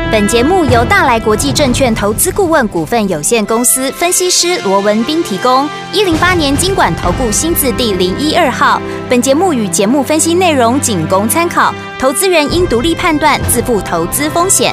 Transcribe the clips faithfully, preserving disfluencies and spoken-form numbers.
本节目由大来国际证券投资顾问股份有限公司分析师罗文彬提供。一零八年金管投顾新字第零一二号。本节目与节目分析内容仅供参考，投资人应独立判断，自负投资风险。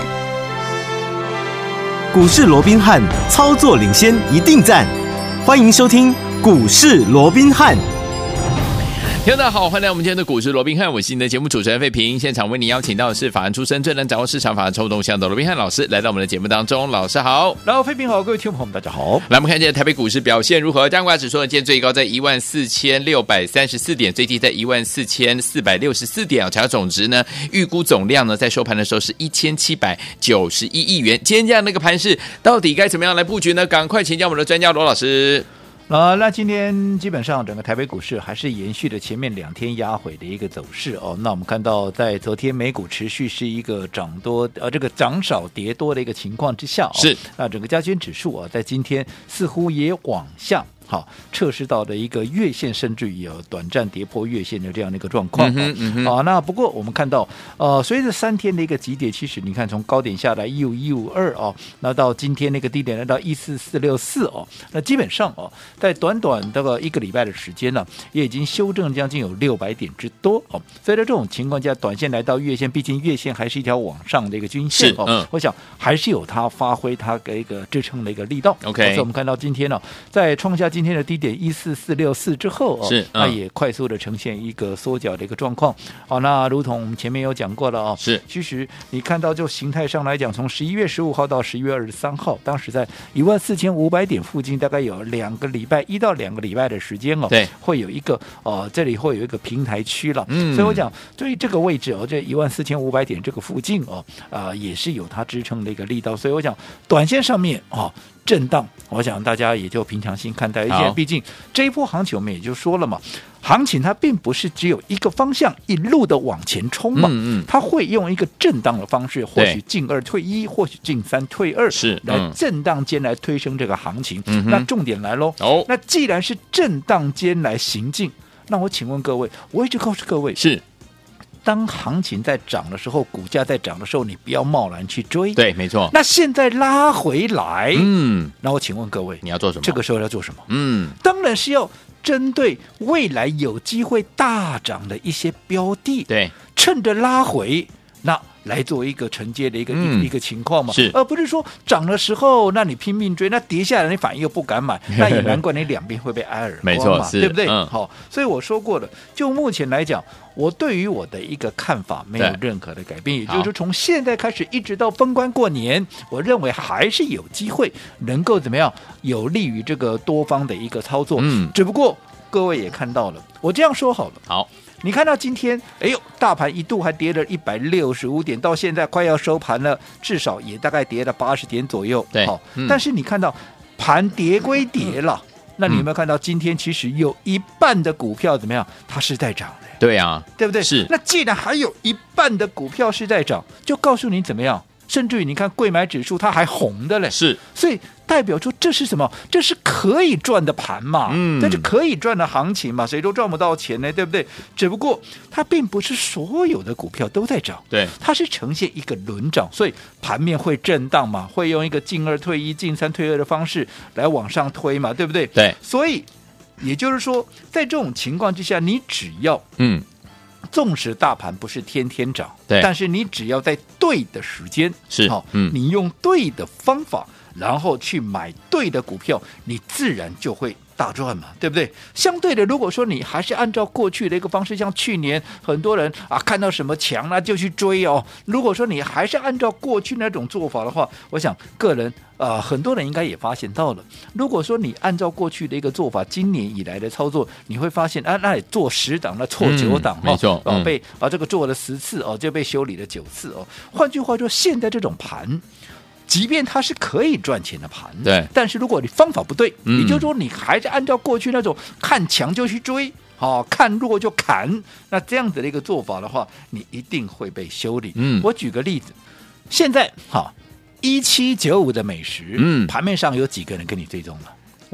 股市罗宾汉，操作领先一定赞。欢迎收听股市罗宾汉。 听众大家好，欢迎来到我们今天的股市罗宾汉，我是你的节目主持人费平。现场为你邀请到的是法案出身、最能掌握市场法案冲动向的罗宾汉老师，来到我们的节目当中。老师好。 然后费平好，各位听众朋友们大家好。 来，我们看见台北股市表现如何？加权指数呢，今天最高在一万四千六百三十四点，最低在一万四千四百六十四点。成交总值呢，预估总量呢，在收盘的时候是一千七百九十一亿元。今天这样的一个盘势，到底该怎么样来布局呢？赶快请教我们的专家罗老师。 啊，那今天基本上整个台北股市还是延续了前面两天压回的一个走势哦。那我们看到，在昨天美股持续是一个涨多呃这个涨少跌多的一个情况之下、哦， 是那整个加权指数啊，在今天似乎也往下。好，测试到的一个月线，甚至于有短暂跌破月线的这样的一个状况。 嗯嗯嗯、 啊，那不过我们看到，呃，随着三天的一个急跌，其实你看从高点下来一五一五二哦，那到今天那个低点来到一四四六四哦，那基本上哦，在短短这个一个礼拜的时间呢，也已经修正将近有六百点之多哦。所以在这种情况下，短线来到月线，毕竟月线还是一条往上的一个均线哦，嗯、我想还是有它发挥它的一个支撑的一个力道。 OK，、哦、 所以我们看到今天呢、哦，在创下今天的低点一四四六四之后、哦， 是，嗯、 那也快速的呈现一个缩脚的一个状况。好、哦，那如同我们前面有讲过了哦， 是， 其实你看到就形态上来讲，从十一月十五号到十一月二十三号，当时在一万四千五百点附近，大概有两个礼拜，一到两个礼拜的时间哦， 对， 会有一个呃，这里会有一个平台区了。 嗯， 所以我讲对于这个位置哦，这一万四千五百点这个附近哦，啊、呃，也是有它支撑的一个力道。所以我讲短线上面哦。震荡，我想大家也就平常心看待一些，毕竟这一波行情我们也就说了嘛，行情它并不是只有一个方向一路的往前冲嘛，嗯嗯，它会用一个震荡的方式，或许进二退一，或许进三退二， 是、 嗯、来震荡间来推升这个行情。 嗯、 那重点来喽， 哦， 那既然是震荡间来行进，那我请问各位，我一直告诉各位是。 当行情在涨的时候，股价在涨的时候，你不要贸然去追。 对，没错。 那现在拉回来， 嗯， 那我请问各位， 你要做什么？ 这个时候要做什么？ 嗯， 当然是要针对未来有机会大涨的一些标的， 对， 趁着拉回，那来做一个承接的一个、嗯、一个情况嘛， 是， 而不是说涨的时候，那你拼命追，那跌下来你反应又不敢买，那也难怪你两边会被挨耳光嘛， 没错， 对不对？ 嗯、 好，所以我说过了，就目前来讲，我对于我的一个看法没有任何的改变，也就是说，从现在开始一直到封关过年，我认为还是有机会能够怎么样，有利于这个多方的一个操作。嗯，只不过各位也看到了，我这样说好了， 好。 你看到今天，哎呦，大盘一度还跌了一百六十五点，到现在快要收盘了，至少也大概跌了八十点左右。 对， 好、 嗯， 但是你看到盘跌归跌了、嗯，那你有没有看到今天其实有一半的股票怎么样？它是在涨的。 对啊， 对不对？ 是。 那既然还有一半的股票是在涨，就告诉你怎么样？甚至于你看贵买指数它还红的嘞， 是， 所以代表说这是什么？这是可以赚的盘嘛，嗯，这是可以赚的行情嘛，谁都赚不到钱呢，对不对？只不过它并不是所有的股票都在涨， 对， 它是呈现一个轮涨，所以盘面会震荡嘛，会用一个进二退一、进三退二的方式来往上推嘛，对不对？ 对， 所以也就是说，在这种情况之下，你只要嗯。纵使大盘不是天天涨， 对， 但是你只要在对的时间， 是好、哦嗯，你用对的方法，然后去买对的股票，你自然就会大赚嘛，对不对？相对的，如果说你还是按照过去的一个方式，像去年很多人啊看到什么强啊就去追哦，如果说你还是按照过去那种做法的话，我想个人呃很多人应该也发现到了，如果说你按照过去的一个做法，今年以来的操作，你会发现啊，那你做十档，那错九档， 嗯、没错， 哦，被啊这个做了十次哦，就被修理了九次哦。换句话说，现在这种盘。即便它是可以赚钱的盘， 对， 但是如果你方法不对， 嗯、 也就是说你还是按照过去那种看强就去追，哦，看弱就砍，那这样子的一个做法的话，你一定会被修理。嗯，我举个例子，现在哈一七九五的美食，嗯，盘面上有几个人跟你追踪了？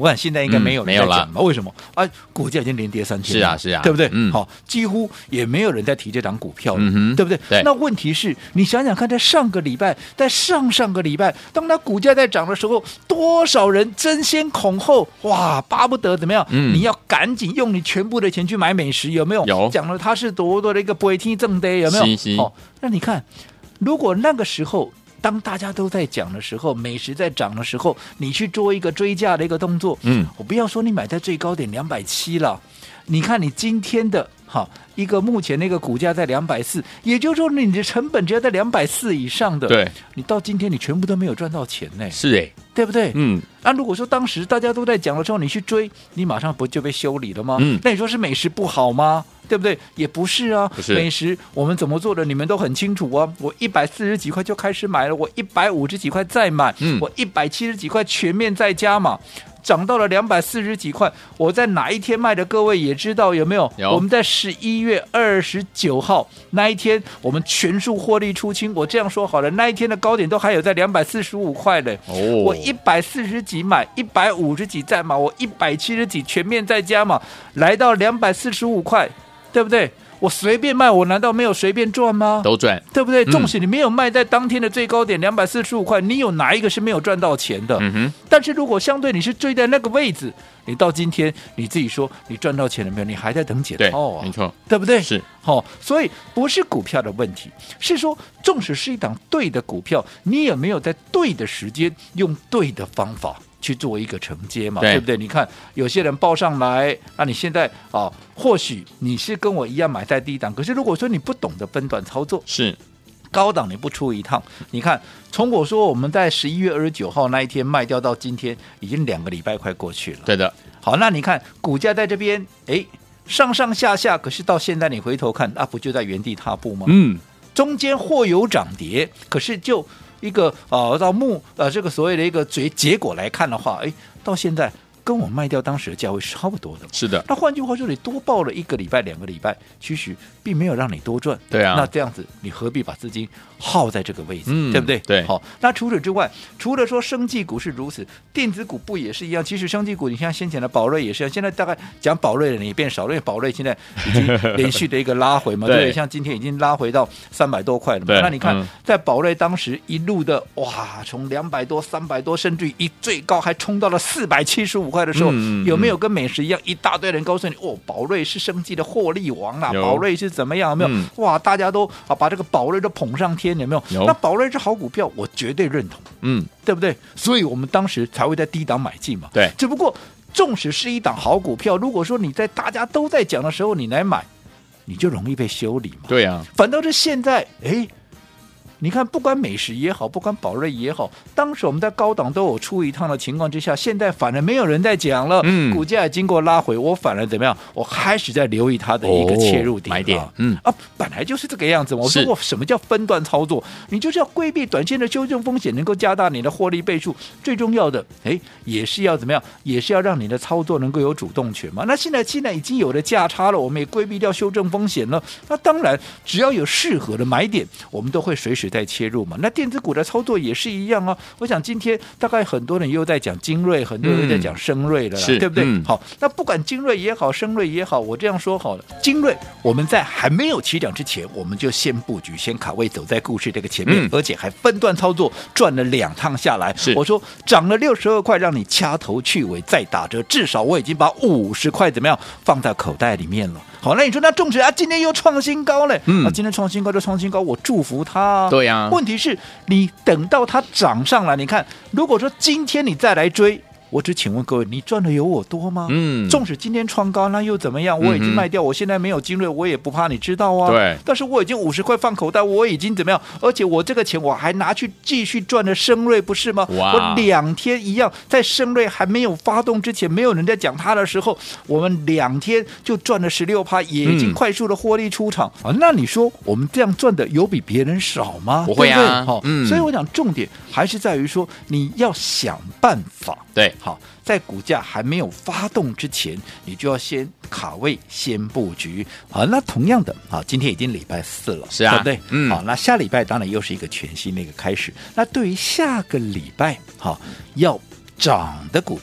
我想现在应该没有人在讲嘛、 嗯、 为什么啊？股价已经连跌三天了， 是啊是啊， 对不对？ 嗯， 好，几乎也没有人在提这档股票了， 嗯哼， 对不对？ 对。 那问题是你想想看，在上个礼拜，在上上个礼拜，当它股价在涨的时候，多少人争先恐后，哇，巴不得怎么样？ 嗯， 你要赶紧用你全部的钱去买美食，有没有？ 有。 讲了它是多多的一个不会听正的，有没有？ 是是。 哦，那你看，如果那个时候。当大家都在讲的时候，美食在涨的时候，你去做一个追价的一个动作， 嗯， 我不要说你买在最高点两百七了，你看你今天的哈一个目前那个股价在两百四，也就是说你的成本只要在两百四以上的， 对， 你到今天你全部都没有赚到钱呢， 是哎， 对不对？ 嗯， 那、啊、如果说当时大家都在讲的时候，你去追，你马上不就被修理了吗？ 嗯， 那你说是美食不好吗？对不对？也不是啊， 不是。 美食我们怎么做的，你们都很清楚啊。我一百四十几块就开始买了，我一百五十几块再买， 嗯， 我一百七十几块全面再加嘛。涨到了两百四十几块，我在哪一天卖的？各位也知道有没有？ 有。 我们在十一月二十九号那一天，我们全数获利出清。我这样说好了，那一天的高点都还有在两百四十五块嘞。 哦。 我一百四十几买，一百五十几再买，我一百七十几全面再加嘛，来到两百四十五块，对不对？我随便卖，我难道没有随便赚吗？ 都赚， 对不对？ 嗯、 纵使你没有卖在当天的最高点两百四十五块，你有哪一个是没有赚到钱的？ 嗯哼。 但是如果相对你是追在那个位置，你到今天你自己说你赚到钱了没有？你还在等解套啊？ 没错， 对不对？ 是。 好、哦，所以不是股票的问题，是说纵使是一档对的股票，你有没有在对的时间用对的方法去做一个承接嘛， 对, 对不对？你看有些人报上来，那你现在啊，或许你是跟我一样买在低档，可是如果说你不懂得分段操作， 是高档你不出一趟，你看从我说我们在十一月二十九号那一天卖掉到今天，已经两个礼拜快过去了。 对的， 好，那你看股价在这边，哎，上上下下，可是到现在你回头看，啊，不就在原地踏步吗？ 嗯， 中间或有涨跌，可是就一个呃到目呃这个所谓的一个结结果来看的话，哎，到现在跟我卖掉当时的价位是差不多的。 是的。 那换句话说，你多报了一个礼拜、两个礼拜，其实并没有让你多赚。 对啊。 那这样子，你何必把资金耗在这个位置？ 嗯、 对不对？ 对。 好，那除此之外，除了说生技股是如此，电子股不也是一样？其实生技股，你像先前的宝瑞也是一样。现在大概讲宝瑞的人也变少了，因为宝瑞现在已经连续的一个拉回嘛，对, 对，像今天已经拉回到三百多块了嘛。那你看，嗯、在宝瑞当时一路的哇，从两百多、三百多，甚至于一最高还冲到了四百七十五块的时候，嗯、有没有跟美食一样，一大堆人告诉你，哦，宝瑞是生技的获利王啊，宝瑞是怎么样？有没有？嗯、哇，大家都啊把这个宝瑞都捧上天，有没有？ 有。 那宝瑞是好股票，我绝对认同， 嗯， 对不对？所以我们当时才会在低档买进嘛。 对， 只不过纵使是一档好股票，如果说你在大家都在讲的时候你来买，你就容易被修理嘛。 对啊， 反倒是现在，哎。你看，不管美食也好，不管宝瑞也好，当时我们在高档都有出一趟的情况之下，现在反而没有人在讲了。嗯，股价也经过拉回，我反而怎么样？我开始在留意它的一个切入点、哦、 买点。 嗯啊，本来就是这个样子嘛。我说过，什么叫分段操作？你就是要规避短线的修正风险，能够加大你的获利倍数。最重要的，哎，也是要怎么样？也是要让你的操作能够有主动权嘛。那现在现在已经有了价差了，我们也规避掉修正风险了。那当然，只要有适合的买点，我们都会随时在切入嘛。那电子股的操作也是一样啊。我想今天大概很多人又在讲精锐，很多人又在讲升锐了啦、嗯、对不对、嗯、好，那不管精锐也好，升锐也好，我这样说好了，精锐我们在还没有起涨之前，我们就先布局，先卡位，走在故事这个前面、嗯、而且还分段操作，赚了两趟下来。我说涨了六十二块，让你掐头去尾再打折，至少我已经把五十块怎么样放在口袋里面了。好，那你说那重点啊，今天又创新高了，嗯，啊，今天创新高就创新高，我祝福他。 对呀、啊， 问题是你等到它涨上来，你看，如果说今天你再来追，我只请问各位，你赚的有我多吗？嗯，纵使今天创高，那又怎么样？我已经卖掉，嗯、我现在没有精锐，我也不怕，你知道啊。 对。 但是我已经五十块放口袋，我已经怎么样？而且我这个钱我还拿去继续赚了升锐，不是吗？ 哇！ 我两天一样，在升锐还没有发动之前，没有人在讲它的时候，我们两天就赚了十六趴，也已经快速的获利出场、嗯、啊。那你说我们这样赚的有比别人少吗？ 不会啊。 对不对？好、 嗯， 所以我讲重点还是在于说，你要想办法。 对， 好，在股价还没有发动之前，你就要先卡位，先布局。好，那同样的，啊，今天已经礼拜四了， 是啊， 对不对？ 嗯， 好，那下礼拜当然又是一个全新的一个开始。那对于下个礼拜，好，要涨的股票，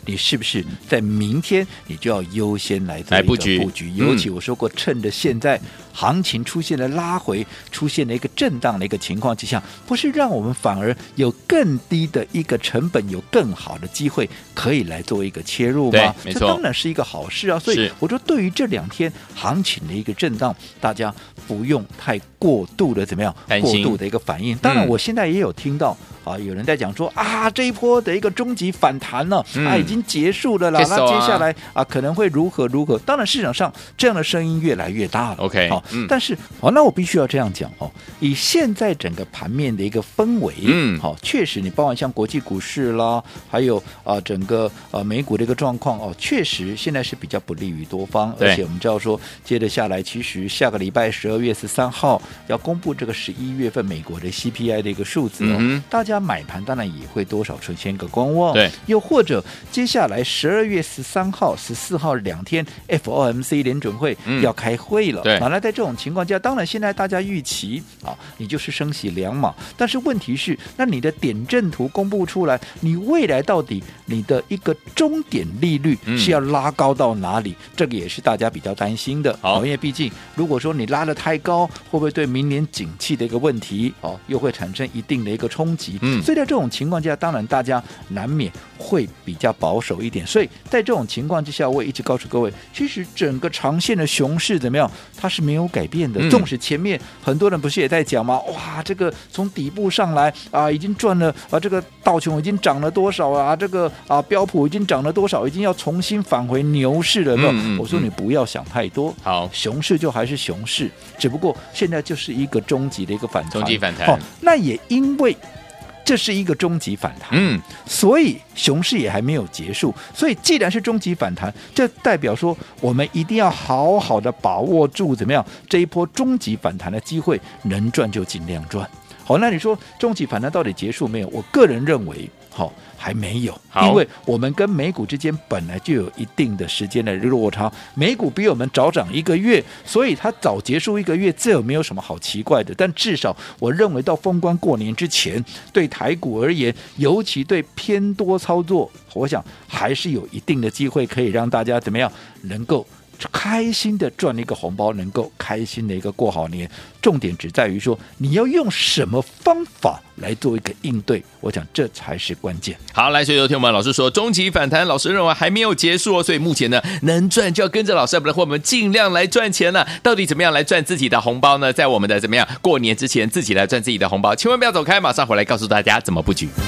你是不是在明天你就要优先来做一个来布局布局？ 嗯尤其我说过，趁着现在行情出现了拉回，出现了一个震荡的一个情况之下，不是让我们反而有更低的一个成本，有更好的机会可以来做一个切入吗？ 对没错这当然是一个好事啊。所以是我说，对于这两天行情的一个震荡，大家不用太过度的怎么样， 担心过度的一个反应。当然， 嗯我现在也有听到。啊，有人在讲说啊，这一波的一个终极反弹呢， 嗯啊，已经结束了啦。 结束啊那接下来啊，可能会如何如何？当然，市场上这样的声音越来越大了。 OK， 好、 嗯但是好、那我必须要这样讲哦，以现在整个盘面的一个氛围， 嗯好、确实，你包含像国际股市啦，还有啊整个呃美股的一个状况哦，确实现在是比较不利于多方， 对而且我们知道说，接着下来，其实下个礼拜十二月十三号要公布这个十一月份美国的 C P I 的一个数字哦， 嗯哼大家买盘当然也会多少呈现一个观望， 对， 又或者接下来十二月十三号、十四号两天 F O M C 联准会嗯要开会了， 对那在这种情况下，当然现在大家预期啊，你就是升息两码，但是问题是，那你的点阵图公布出来，你未来到底你的一个终点利率是要拉高到哪里？嗯、这个也是大家比较担心的。 好， 因为毕竟如果说你拉得太高，会不会对明年景气的一个问题哦，又会产生一定的一个冲击？ 嗯， 所以在这种情况下，当然大家难免会比较保守一点。所以在这种情况之下，我也一直告诉各位，其实整个长线的熊市怎么样，它是没有改变的。 嗯、 纵使前面很多人不是也在讲吗？哇，这个从底部上来啊，已经赚了啊，这个道琼已经涨了多少啊？这个啊标普已经涨了多少？已经要重新返回牛市了。有没有？ 嗯嗯、 我说你不要想太多。 好， 熊市就还是熊市，只不过现在就是一个终极的一个反弹。 终极反弹。 哦，那也因为这是一个终极反弹， 嗯， 所以熊市也还没有结束。所以既然是终极反弹，这代表说我们一定要好好的把握住怎么样这一波终极反弹的机会，能赚就尽量赚。好，那你说终极反弹到底结束没有？我个人认为，好、哦、还没有，因为我们跟美股之间本来就有一定的时间的落差，美股比我们早涨一个月，所以它早结束一个月，这有没有什么好奇怪的？但至少我认为到封关过年之前，对台股而言，尤其对偏多操作，我想还是有一定的机会可以让大家怎么样能够开心的赚一个红包，能够开心的一个过好年。重点只在于说你要用什么方法来做一个应对，我想这才是关键。 好，来，所以有听我们老师说终极反弹，老师认为还没有结束哦，所以目前呢能赚就要跟着老师，不然我们尽量来赚钱了。到底怎么样来赚自己的红包呢？在我们的怎么样过年之前自己来赚自己的红包，千万不要走开，马上回来告诉大家怎么布局。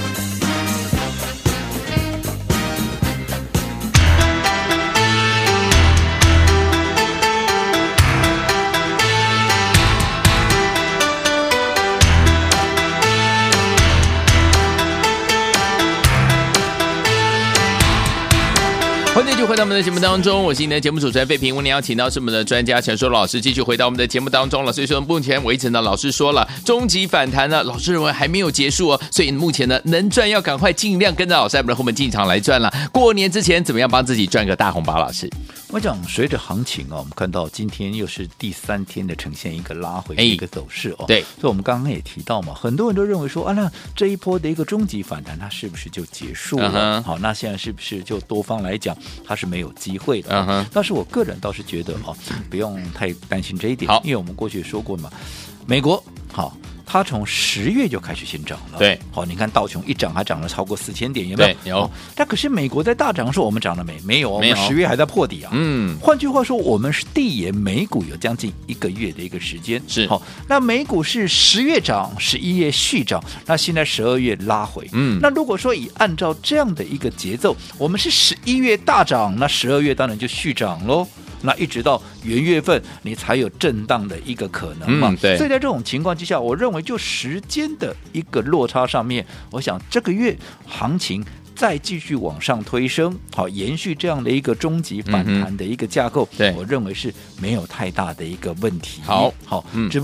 欢迎继续回到我们的节目当中，我是你的节目主持人费平。我们邀请到是我们的专家陈硕老师，继续回到我们的节目当中了。所以说目前为止呢，老师说了终极反弹呢，老师认为还没有结束哦，所以目前呢能赚要赶快尽量跟着老师我们进场来赚了。过年之前怎么样帮自己赚个大红包？老师， 我讲随着行情啊，我们看到今天又是第三天的呈现一个拉回的一个走势哦。 对， 所以我们刚刚也提到嘛，很多人都认为说啊，那这一波的一个终极反弹，它是不是就结束了？ uh-huh. 好，那现在是不是就多方来讲，它是没有机会的？嗯哼。但是我个人倒是觉得哦，不用太担心这一点，因为我们过去也说过嘛，美国好。它从十月就开始先涨了， 对， 好，你看道琼一涨还涨了超过四千点，有没有？ 有。哦、 但可是美国在大涨的时候，我们涨了没？没有，我们十月还在破底啊。 嗯， 换句话说，我们是递延美股有将近一个月的一个时间。 是， 好，那美股是十月涨，十一月续涨，那现在十二月拉回。嗯，那如果说以按照这样的一个节奏，我们是十一月大涨，那十二月当然就续涨喽。那一直到元月份，你才有震荡的一个可能嘛？ 嗯、对。 所以在这种情况之下，我认为就时间的一个落差上面，我想这个月行情再继续往上推升，好，延续这样的一个终极反弹的一个架构， 嗯、对， 我认为是没有太大的一个问题。 好， 好， 嗯， 只不过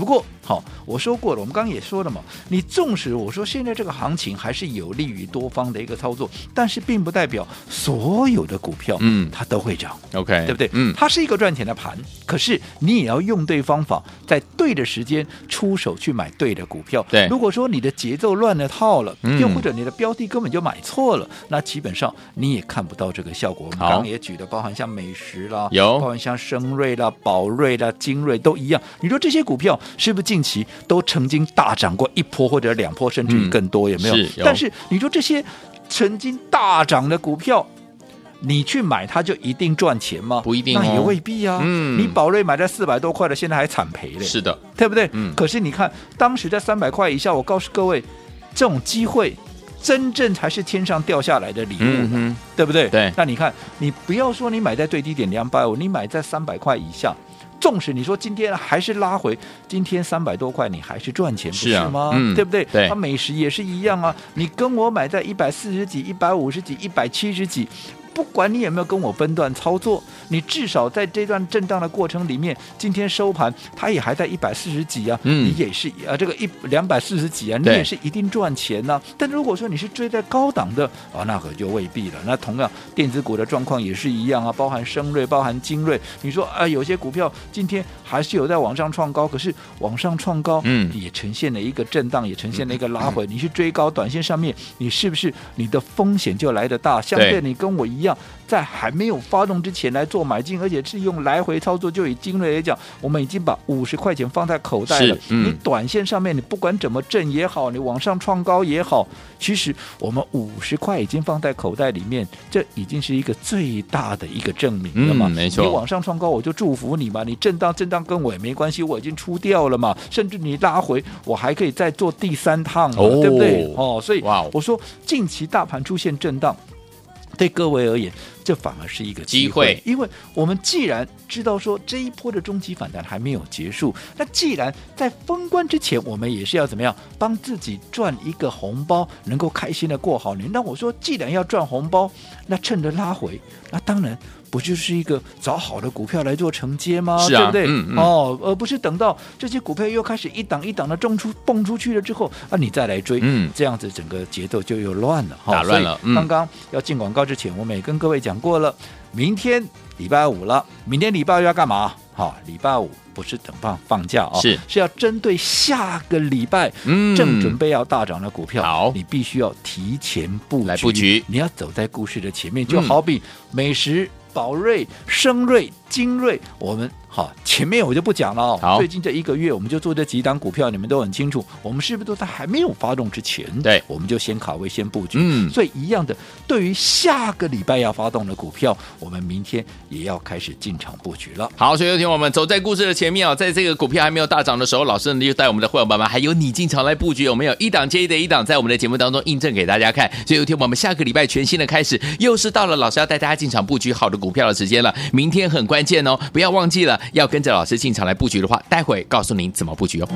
好，我说过了，我们刚刚也说了嘛，你纵使我说现在这个行情还是有利于多方的一个操作，但是并不代表所有的股票，嗯，它都会涨 ，OK， 对不对？ 嗯， 它是一个赚钱的盘，可是你也要用对方法，在对的时间出手去买对的股票。 对， 如果说你的节奏乱了套了， 嗯、 又或者你的标的根本就买错了，那基本上你也看不到这个效果。我们刚刚也举的，包含像美食啦， 有， 包含像升瑞啦、宝瑞啦、精锐都一样。你说这些股票是不是近期都曾经大涨过一波或者两波，甚至于更多？嗯、有没有？ 是有。 但是你说这些曾经大涨的股票，你去买它就一定赚钱吗？ 不一定、哦， 那也未必啊。嗯，你宝瑞买在四百多块的，现在还惨赔嘞。 是的， 对不对？ 嗯。 可是你看，当时在三百块以下，我告诉各位，这种机会真正才是天上掉下来的礼物，嗯、对不对？ 对。 那你看，你不要说你买在最低点两百五，你买在三百块以下。纵使你说今天还是拉回，今天三百多块你还是赚钱，不是吗？ 是啊嗯、 对不对？ 对， 它美食也是一样啊。你跟我买在一百四十几、一百五十几、一百七十几，不管你有没有跟我分段操作，你至少在这段震荡的过程里面，今天收盘它也还在一百四十几啊，嗯、你也是啊，这个一两百四十几啊，你也是一定赚钱呐、啊。但如果说你是追在高档的啊，那可就未必了。那同样电子股的状况也是一样啊，包含升瑞、包含精锐，你说啊，有些股票今天还是有在往上创高，可是往上创高，嗯，也呈现了一个震荡，也呈现了一个拉回。嗯、你去追高，短线上面你是不是你的风险就来得大？相对你跟我一样，在还没有发动之前来做买进，而且是用来回操作。就以精锐来讲，我们已经把五十块钱放在口袋了。嗯、你短线上面你不管怎么挣也好，你往上创高也好，其实我们五十块已经放在口袋里面，这已经是一个最大的一个证明了嘛。 嗯、没错， 你往上创高，我就祝福你嘛。你震荡震荡跟我也没关系，我已经出掉了嘛。甚至你拉回，我还可以再做第三趟嘛，哦、对不对？哦，所以我说近期大盘出现震荡，对各位而言，这反而是一个机会，因为我们既然知道说这一波的中期反弹还没有结束，那既然在封关之前，我们也是要怎么样帮自己赚一个红包，能够开心的过好年。那我说，既然要赚红包，那趁着拉回，那当然不就是一个找好的股票来做承接吗？ 是啊， 对不对？ 嗯嗯、 哦，而不是等到这些股票又开始一档一档的中出蹦出去了之后啊，你再来追，嗯，这样子整个节奏就又乱了， 打乱了。 嗯、刚刚要进广告之前，我们也跟各位讲过了，明天礼拜五了，明天礼拜要干嘛？好，礼拜五不是等放放假哦， 是是要针对下个礼拜正准备要大涨的股票，好、嗯，你必须要提前布局， 来布局， 你要走在故事的前面，就好比美食、宝瑞、升瑞、精锐，我们好前面我就不讲了哦。最近这一个月，我们就做这几档股票，你们都很清楚，我们是不是都在还没有发动之前， 对， 我们就先卡位、先布局。嗯，所以一样的，对于下个礼拜要发动的股票，我们明天也要开始进场布局了。 好，所以有听我们走在故事的前面啊、哦，在这个股票还没有大涨的时候，老师呢就带我们的会员朋友们，还有你进场来布局，我们有一档接一的一档，在我们的节目当中印证给大家看。所以有听我们下个礼拜全新的开始，又是到了老师要带大家进场布局好的股票的时间了。明天很关键哦，不要忘记了，要跟着老师进场来布局的话，待会告诉您怎么布局哦。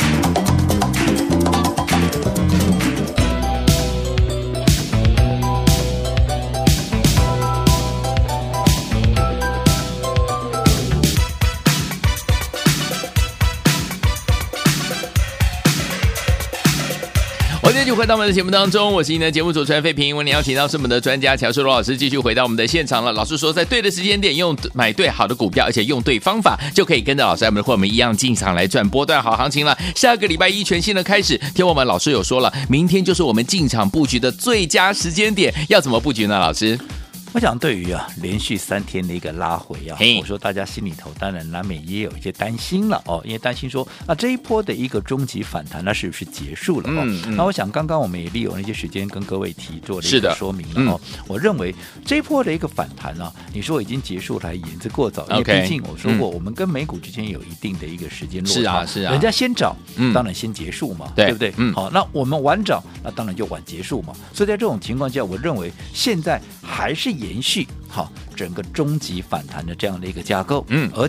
继续回到我们的节目当中，我是您的节目主持人费平。为您邀请到是我们的专家乔树罗老师，继续回到我们的现场了。老师说，在对的时间点用买对好的股票，而且用对方法，就可以跟着老师我们的伙伴们一样进场来赚波段好行情了。下个礼拜一全新的开始，听我们老师有说了，明天就是我们进场布局的最佳时间点，要怎么布局呢？老师？ 我想对于啊连续三天的一个拉回啊，我说大家心里头当然难免也有一些担心了哦，因为担心说啊这一波的一个终极反弹那是不是结束了哦？嗯嗯、那我想刚刚我们也利用了一些时间跟各位提做了一个说明了哦。嗯、我认为这一波的一个反弹啊，你说已经结束了，还言之过早，因为毕竟我说过，我们跟美股之间有一定的一个时间落差， 是啊是啊， 人家先涨， 嗯、 当然先结束嘛， 对, 对不对？嗯、好，那我们晚涨，那当然就晚结束嘛。所以在这种情况下，我认为现在还是延续好整个终极反弹的这样的一个架构，嗯，而且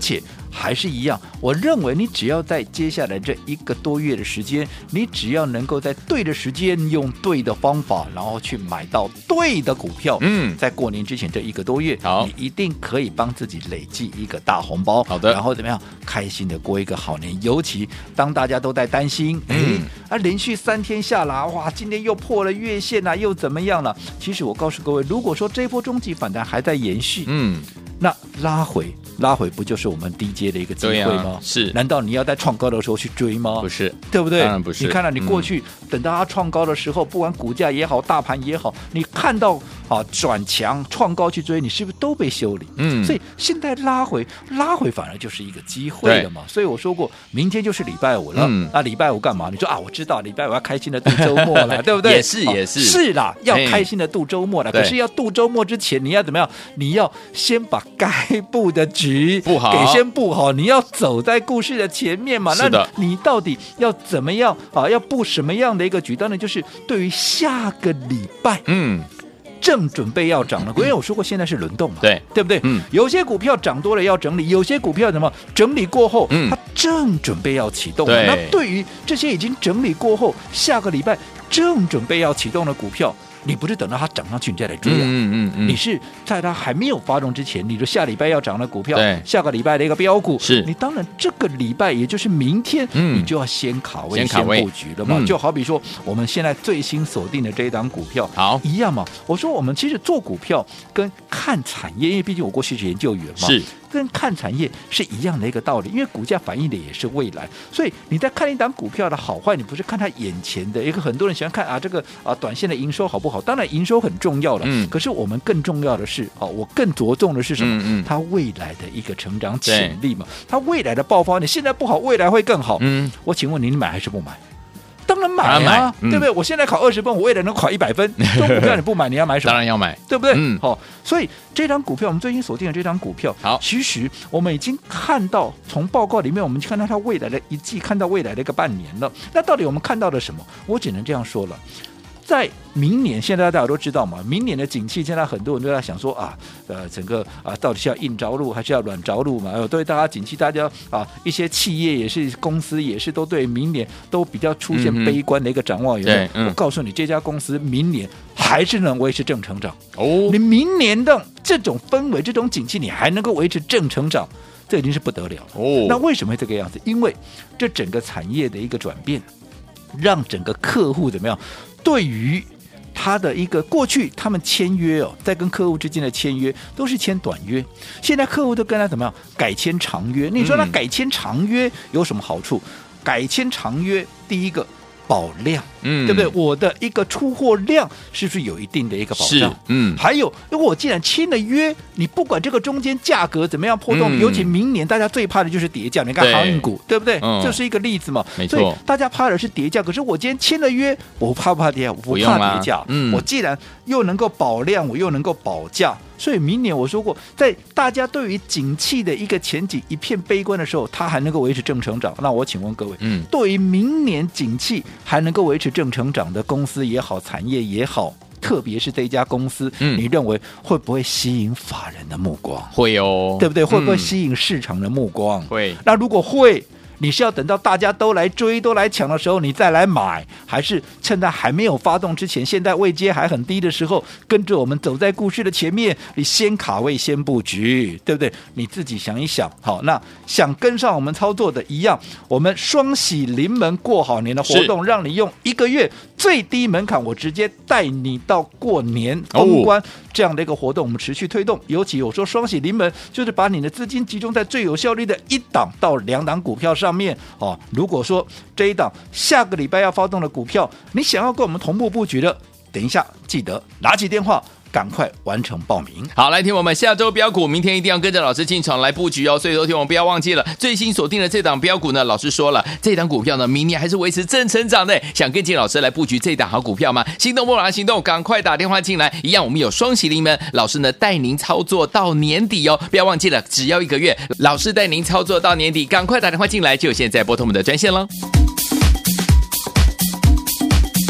还是一样，我认为你只要在接下来这一个多月的时间，你只要能够在对的时间用对的方法，然后去买到对的股票， 嗯， 在过年之前这一个多月， 好， 你一定可以帮自己累积一个大红包。 好的， 然后怎么样开心的过一个好年？尤其当大家都在担心，哎、嗯，啊，连续三天下来，哇，今天又破了月线啊，又怎么样了？其实我告诉各位，如果说这一波中级反弹还在延续，嗯，那拉回拉回不就是我们低阶的一个机会吗？ 啊、是， 难道你要在创高的时候去追吗？ 不是， 对不对？ 当然不是。 你看到、啊、你过去、嗯、等到它创高的时候，不管股价也好，大盘也好，你看到啊转强创高去追，你是不是都被修理？嗯，所以现在拉回拉回反而就是一个机会了嘛。所以我说过，明天就是礼拜五了。嗯，那礼拜五干嘛？你说啊，我知道礼拜五要开心的度周末了，对不对？ 也是也是、 哦、是啦，要开心的度周末了。可是要度周末之前，你要怎么样？你要先把该布的局布好， 给先布好。你要走在故事的前面嘛？那你到底要怎么样啊？要布什么样的一个局？当然就是对于下个礼拜，嗯。正准备要涨了，因为我说过现在是轮动嘛， 对对不对？嗯，有些股票涨多了要整理，有些股票怎么整理过后，嗯，它正准备要启动。那对于这些已经整理过后，下个礼拜正准备要启动的股票，你不是等到它涨上去你再来追啊？嗯嗯嗯，你是在它还没有发动之前，你说下礼拜要涨的股票，下个礼拜的一个标股， 是你当然这个礼拜也就是明天，嗯，你就要先卡位、先布局了嘛。嗯、就好比说我们现在最新锁定的这一档股票， 好一样嘛。我说我们其实做股票跟看产业，因为毕竟我过去是研究员嘛， 是。 跟看产业是一样的一个道理，因为股价反映的也是未来，所以你在看一档股票的好坏，你不是看它眼前的一个，很多人喜欢看啊这个啊短线的营收好不好？当然营收很重要了，嗯，可是我们更重要的是啊，我更着重的是什么？嗯嗯，它未来的一个成长潜力嘛，它未来的爆发，你现在不好，未来会更好。嗯，我请问你，你买还是不买？当然买啊，买嗯、对不对？我现在考二十分，我未来能考一百分，这种股票你不买，你要买什么？ 当然要买， 对不对？嗯，好、哦，所以这张股票我们最近锁定的这张股票， 好， 其实我们已经看到，从报告里面我们看到它未来的一季，看到未来的一个半年了。那到底我们看到了什么？我只能这样说了。在明年，现在大家都知道嘛，明年的景气，现在很多人都在想说啊，呃，整个啊，到底是要硬着陆还是要软着陆嘛？对大家景气，大家啊，一些企业也是，公司也是，都对明年都比较出现悲观的一个展望。有没有？嗯、我告诉你，这家公司明年还是能维持正成长哦。你明年的这种氛围、这种景气，你还能够维持正成长，这已经是不得了了哦。那为什么会这个样子？因为这整个产业的一个转变，让整个客户怎么样？对于他的一个过去，他们签约哦，在跟客户之间的签约都是签短约，现在客户都跟他怎么样改签长约？你说他改签长约有什么好处？改签长约，第一个保量，嗯，对不对？我的一个出货量是不是有一定的一个保障？嗯，还有，如果我既然签了约，你不管这个中间价格怎么样波动，嗯、尤其明年大家最怕的就是跌价。你看航运股，对不对？嗯、这是一个例子嘛。 没错， 所以大家怕的是跌价。可是我今天签了约，我怕不怕跌？我不怕跌价。嗯，我既然又能够保量，我又能够保价。所以明年我说过，在大家对于景气的一个前景一片悲观的时候，它还能够维持正成长。那我请问各位，嗯，对于明年景气还能够维持正成长的公司也好，产业也好，特别是这一家公司，嗯，你认为会不会吸引法人的目光？ 会哦， 对不对？会不会吸引市场的目光？ 会。 那如果会，你是要等到大家都来追、都来抢的时候，你再来买，还是趁在还没有发动之前，现在位阶还很低的时候，跟着我们走在故事的前面，你先卡位、先布局，对不对？你自己想一想。好，那想跟上我们操作的一样，我们双喜临门过好年的活动，让你用一个月最低门槛，我直接带你到过年封关。哦，这样的一个活动我们持续推动，尤其我说双喜临门，就是把你的资金集中在最有效率的一档到两档股票上面。哦，如果说这一档下个礼拜要发动的股票，你想要跟我们同步布局的，等一下记得拿起电话赶快完成报名。 好，来听我们下周标股，明天一定要跟着老师进场来布局哦。所以昨天我们不要忘记了，最新锁定的这档标股呢，老师说了，这档股票呢，明年还是维持正成长的。想跟进老师来布局这档好股票吗？心动不马上行动，赶快打电话进来。一样，我们有双喜临门，老师呢带您操作到年底哦。不要忘记了，只要一个月，老师带您操作到年底，赶快打电话进来，就现在拨通我们的专线了。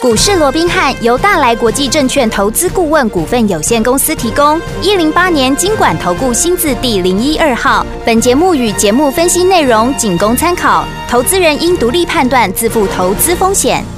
股市罗宾汉由大来国际证券投资顾问股份有限公司提供，一零八年金管投顾新字第零一二号。本节目与节目分析内容仅供参考，投资人应独立判断，自负投资风险。